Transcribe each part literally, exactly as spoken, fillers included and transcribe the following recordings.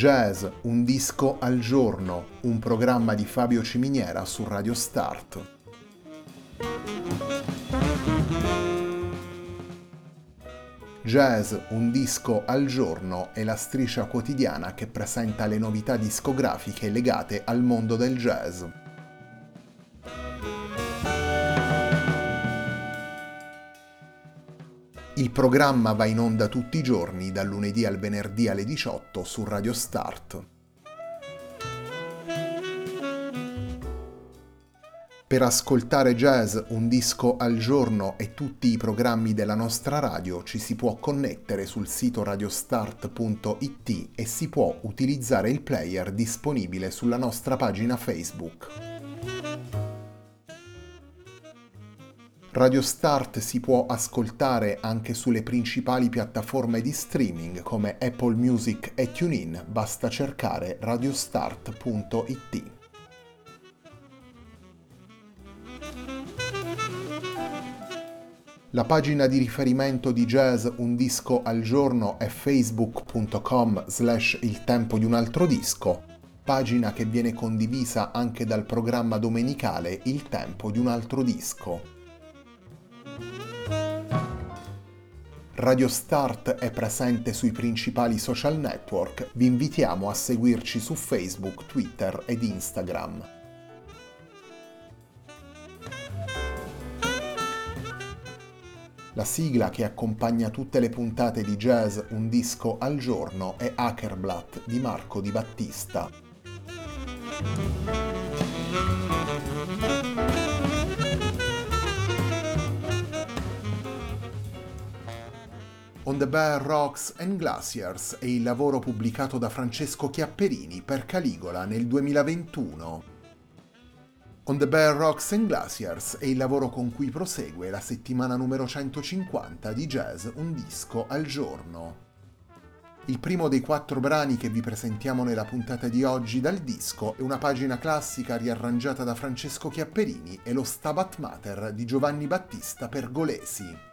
Jazz, un disco al giorno, un programma di Fabio Ciminiera su Radio Start. Jazz, un disco al giorno è la striscia quotidiana che presenta le novità discografiche legate al mondo del jazz. Il programma va in onda tutti i giorni, dal lunedì al venerdì alle diciotto su Radio Start. Per ascoltare Jazz, un disco al giorno e tutti i programmi della nostra radio ci si può connettere sul sito radiostart punto it e si può utilizzare il player disponibile sulla nostra pagina Facebook. Radio Start si può ascoltare anche sulle principali piattaforme di streaming come Apple Music e TuneIn, basta cercare radiostart punto it. La pagina di riferimento di Jazz Un Disco al Giorno è facebook punto com slash il tempo di un altro disco, pagina che viene condivisa anche dal programma domenicale Il tempo di un altro disco. Radio Start è presente sui principali social network, vi invitiamo a seguirci su Facebook, Twitter ed Instagram. La sigla che accompagna tutte le puntate di Jazz Un Disco al Giorno è Hackerblatt di Marco Di Battista. On the Bare Rocks and Glaciers è il lavoro pubblicato da Francesco Chiapperini per Caligola nel duemilaventuno. On the Bare Rocks and Glaciers è il lavoro con cui prosegue la settimana numero centocinquanta di Jazz Un Disco al Giorno. Il primo dei quattro brani che vi presentiamo nella puntata di oggi dal disco è una pagina classica riarrangiata da Francesco Chiapperini e lo Stabat Mater di Giovanni Battista Pergolesi.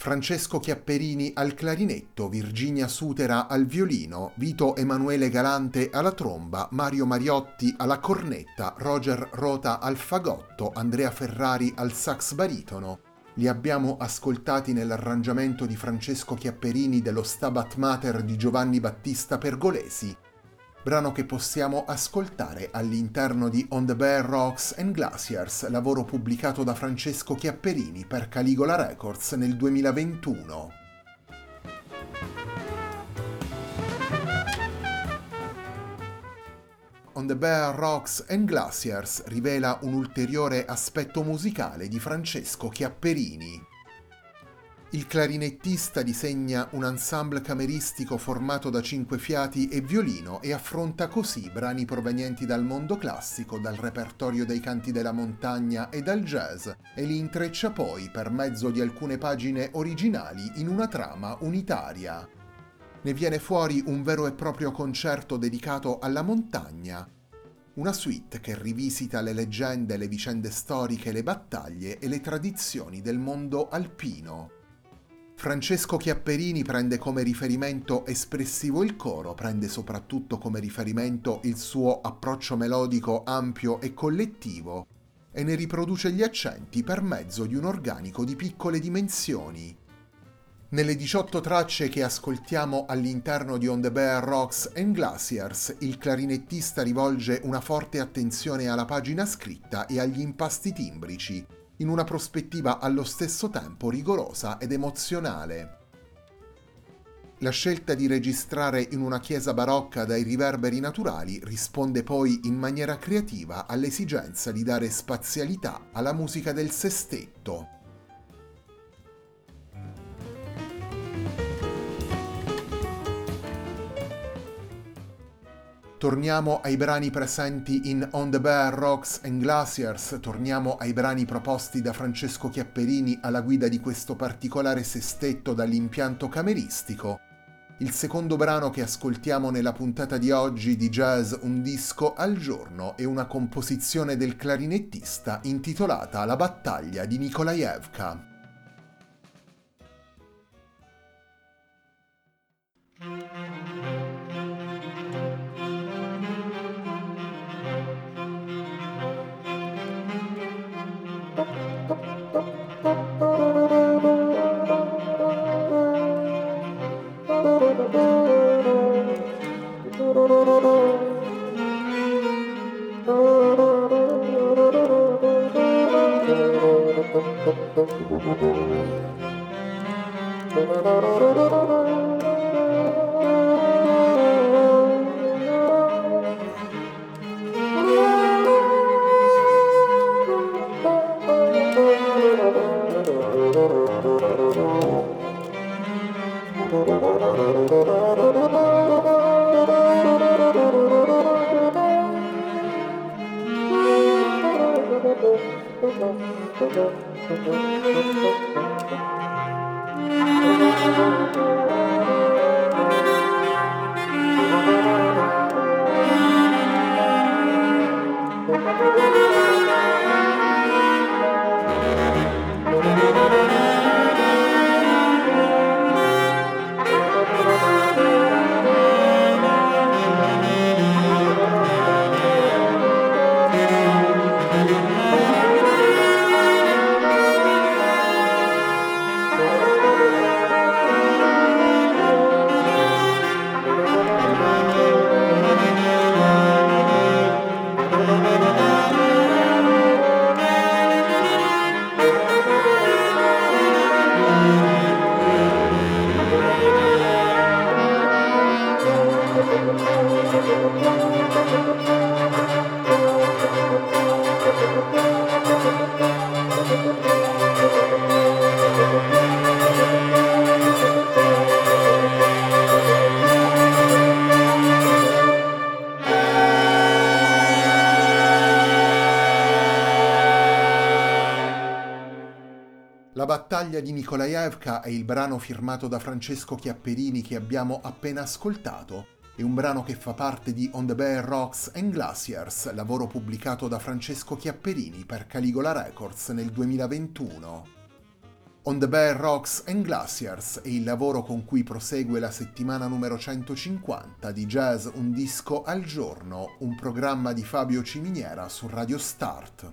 Francesco Chiapperini al clarinetto, Virginia Sutera al violino, Vito Emanuele Galante alla tromba, Mario Mariotti alla cornetta, Roger Rota al fagotto, Andrea Ferrari al sax baritono. Li abbiamo ascoltati nell'arrangiamento di Francesco Chiapperini dello Stabat Mater di Giovanni Battista Pergolesi, brano che possiamo ascoltare all'interno di On the Bear Rocks and Glaciers, lavoro pubblicato da Francesco Chiapperini per Caligola Records nel duemilaventuno. On the Bear Rocks and Glaciers rivela un ulteriore aspetto musicale di Francesco Chiapperini. Il clarinettista disegna un ensemble cameristico formato da cinque fiati e violino e affronta così brani provenienti dal mondo classico, dal repertorio dei canti della montagna e dal jazz e li intreccia poi per mezzo di alcune pagine originali in una trama unitaria. Ne viene fuori un vero e proprio concerto dedicato alla montagna, una suite che rivisita le leggende, le vicende storiche, le battaglie e le tradizioni del mondo alpino. Francesco Chiapperini prende come riferimento espressivo il coro, prende soprattutto come riferimento il suo approccio melodico ampio e collettivo e ne riproduce gli accenti per mezzo di un organico di piccole dimensioni. Nelle diciotto tracce che ascoltiamo all'interno di On the Bear Rocks and Glaciers, il clarinettista rivolge una forte attenzione alla pagina scritta e agli impasti timbrici, in una prospettiva allo stesso tempo rigorosa ed emozionale. La scelta di registrare in una chiesa barocca dai riverberi naturali risponde poi in maniera creativa all'esigenza di dare spazialità alla musica del sestetto. Torniamo ai brani presenti in On the Bear Rocks and Glaciers, torniamo ai brani proposti da Francesco Chiapperini alla guida di questo particolare sestetto dall'impianto cameristico. Il secondo brano che ascoltiamo nella puntata di oggi di Jazz Un disco al giorno è una composizione del clarinettista intitolata La battaglia di Nikolajewka. La battaglia di Nikolajewka è il brano firmato da Francesco Chiapperini che abbiamo appena ascoltato. È un brano che fa parte di On the Bear Rocks and Glaciers, lavoro pubblicato da Francesco Chiapperini per Caligola Records nel duemilaventuno. On the Bear Rocks and Glaciers è il lavoro con cui prosegue la settimana numero centocinquanta di Jazz Un Disco al Giorno, un programma di Fabio Ciminiera su Radio Start.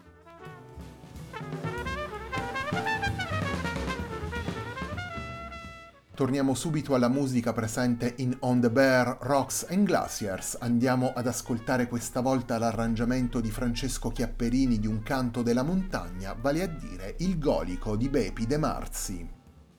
Torniamo subito alla musica presente in On the Bear Rocks and Glaciers. Andiamo ad ascoltare questa volta l'arrangiamento di Francesco Chiapperini di Un canto della montagna, vale a dire il Golico di Bepi De Marzi.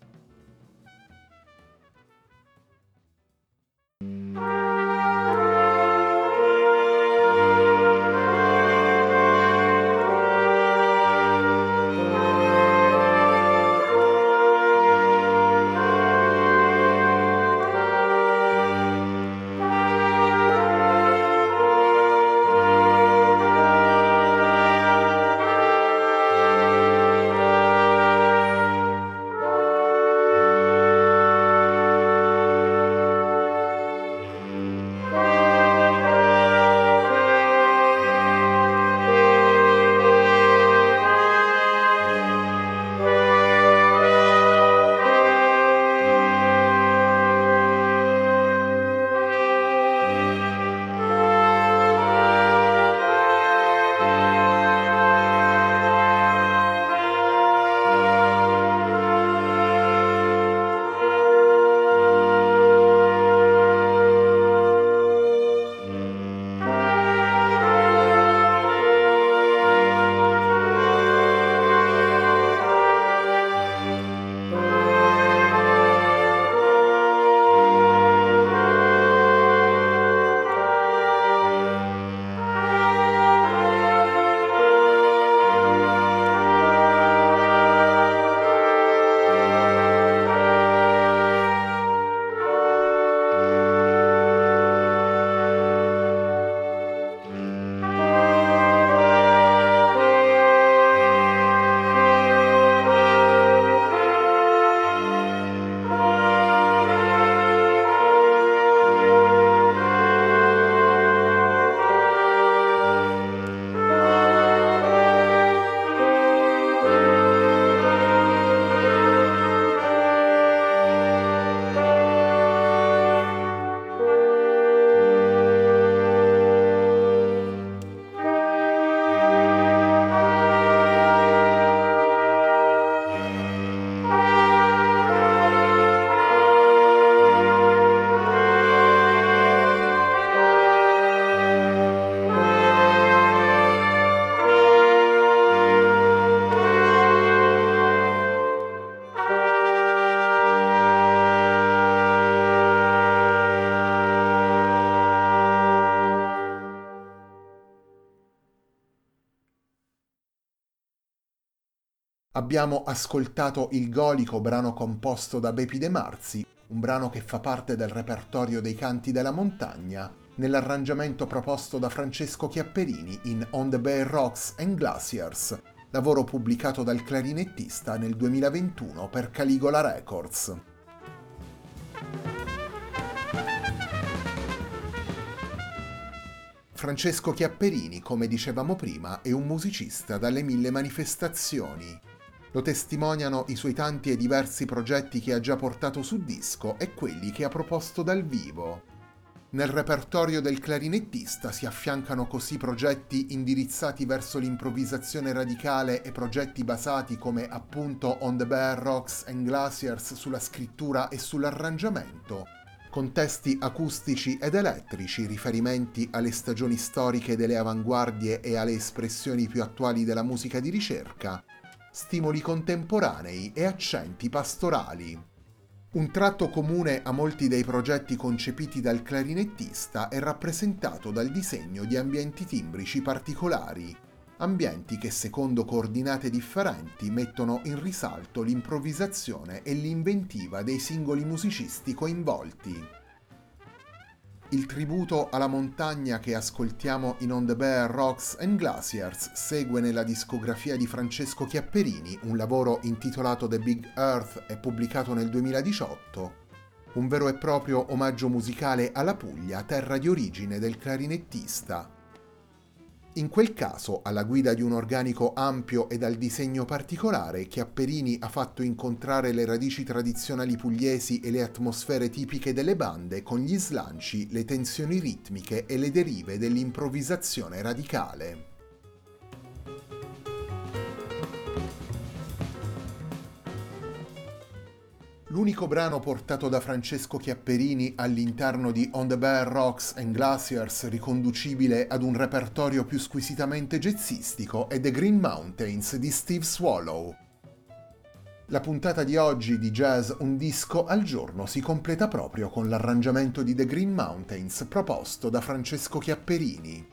Abbiamo ascoltato Il Golico, brano composto da Bepi De Marzi, un brano che fa parte del repertorio dei Canti della Montagna, nell'arrangiamento proposto da Francesco Chiapperini in On the Bear Rocks and Glaciers, lavoro pubblicato dal clarinettista nel duemilaventuno per Caligola Records. Francesco Chiapperini, come dicevamo prima, è un musicista dalle mille manifestazioni. Lo testimoniano i suoi tanti e diversi progetti che ha già portato su disco e quelli che ha proposto dal vivo. Nel repertorio del clarinettista si affiancano così progetti indirizzati verso l'improvvisazione radicale e progetti basati come appunto On the Bear Rocks and Glaciers sulla scrittura e sull'arrangiamento, con testi acustici ed elettrici, riferimenti alle stagioni storiche delle avanguardie e alle espressioni più attuali della musica di ricerca, stimoli contemporanei e accenti pastorali. Un tratto comune a molti dei progetti concepiti dal clarinettista è rappresentato dal disegno di ambienti timbrici particolari, ambienti che secondo coordinate differenti mettono in risalto l'improvvisazione e l'inventiva dei singoli musicisti coinvolti. Il tributo alla montagna che ascoltiamo in On the Bear Rocks and Glaciers segue nella discografia di Francesco Chiapperini, un lavoro intitolato The Big Earth e pubblicato nel duemiladiciotto, un vero e proprio omaggio musicale alla Puglia, terra di origine del clarinettista. In quel caso, alla guida di un organico ampio e dal disegno particolare, Chiapperini ha fatto incontrare le radici tradizionali pugliesi e le atmosfere tipiche delle bande con gli slanci, le tensioni ritmiche e le derive dell'improvvisazione radicale. L'unico brano portato da Francesco Chiapperini all'interno di On the Bare Rocks and Glaciers riconducibile ad un repertorio più squisitamente jazzistico è The Green Mountains di Steve Swallow. La puntata di oggi di Jazz Un Disco al Giorno si completa proprio con l'arrangiamento di The Green Mountains proposto da Francesco Chiapperini.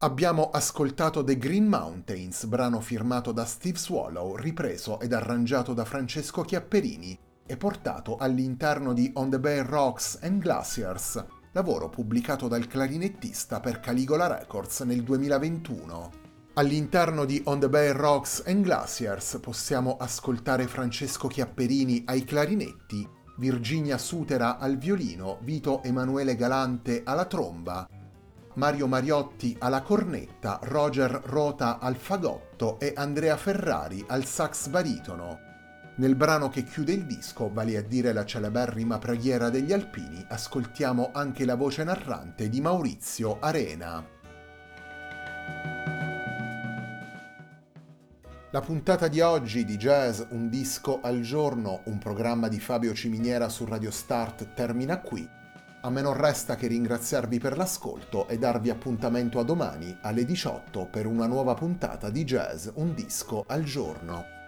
Abbiamo ascoltato The Green Mountains, brano firmato da Steve Swallow, ripreso ed arrangiato da Francesco Chiapperini e portato all'interno di On the Bare Rocks and Glaciers, lavoro pubblicato dal clarinettista per Caligola Records nel duemilaventuno. All'interno di On the Bare Rocks and Glaciers possiamo ascoltare Francesco Chiapperini ai clarinetti, Virginia Sutera al violino, Vito Emanuele Galante alla tromba, Mario Mariotti alla cornetta, Roger Rota al fagotto e Andrea Ferrari al sax baritono. Nel brano che chiude il disco, vale a dire la celeberrima Preghiera degli Alpini, ascoltiamo anche la voce narrante di Maurizio Arena. La puntata di oggi di Jazz Un Disco al Giorno, un programma di Fabio Ciminiera su Radio Start, termina qui. A me non resta che ringraziarvi per l'ascolto e darvi appuntamento a domani alle diciotto per una nuova puntata di Jazz Un Disco al Giorno.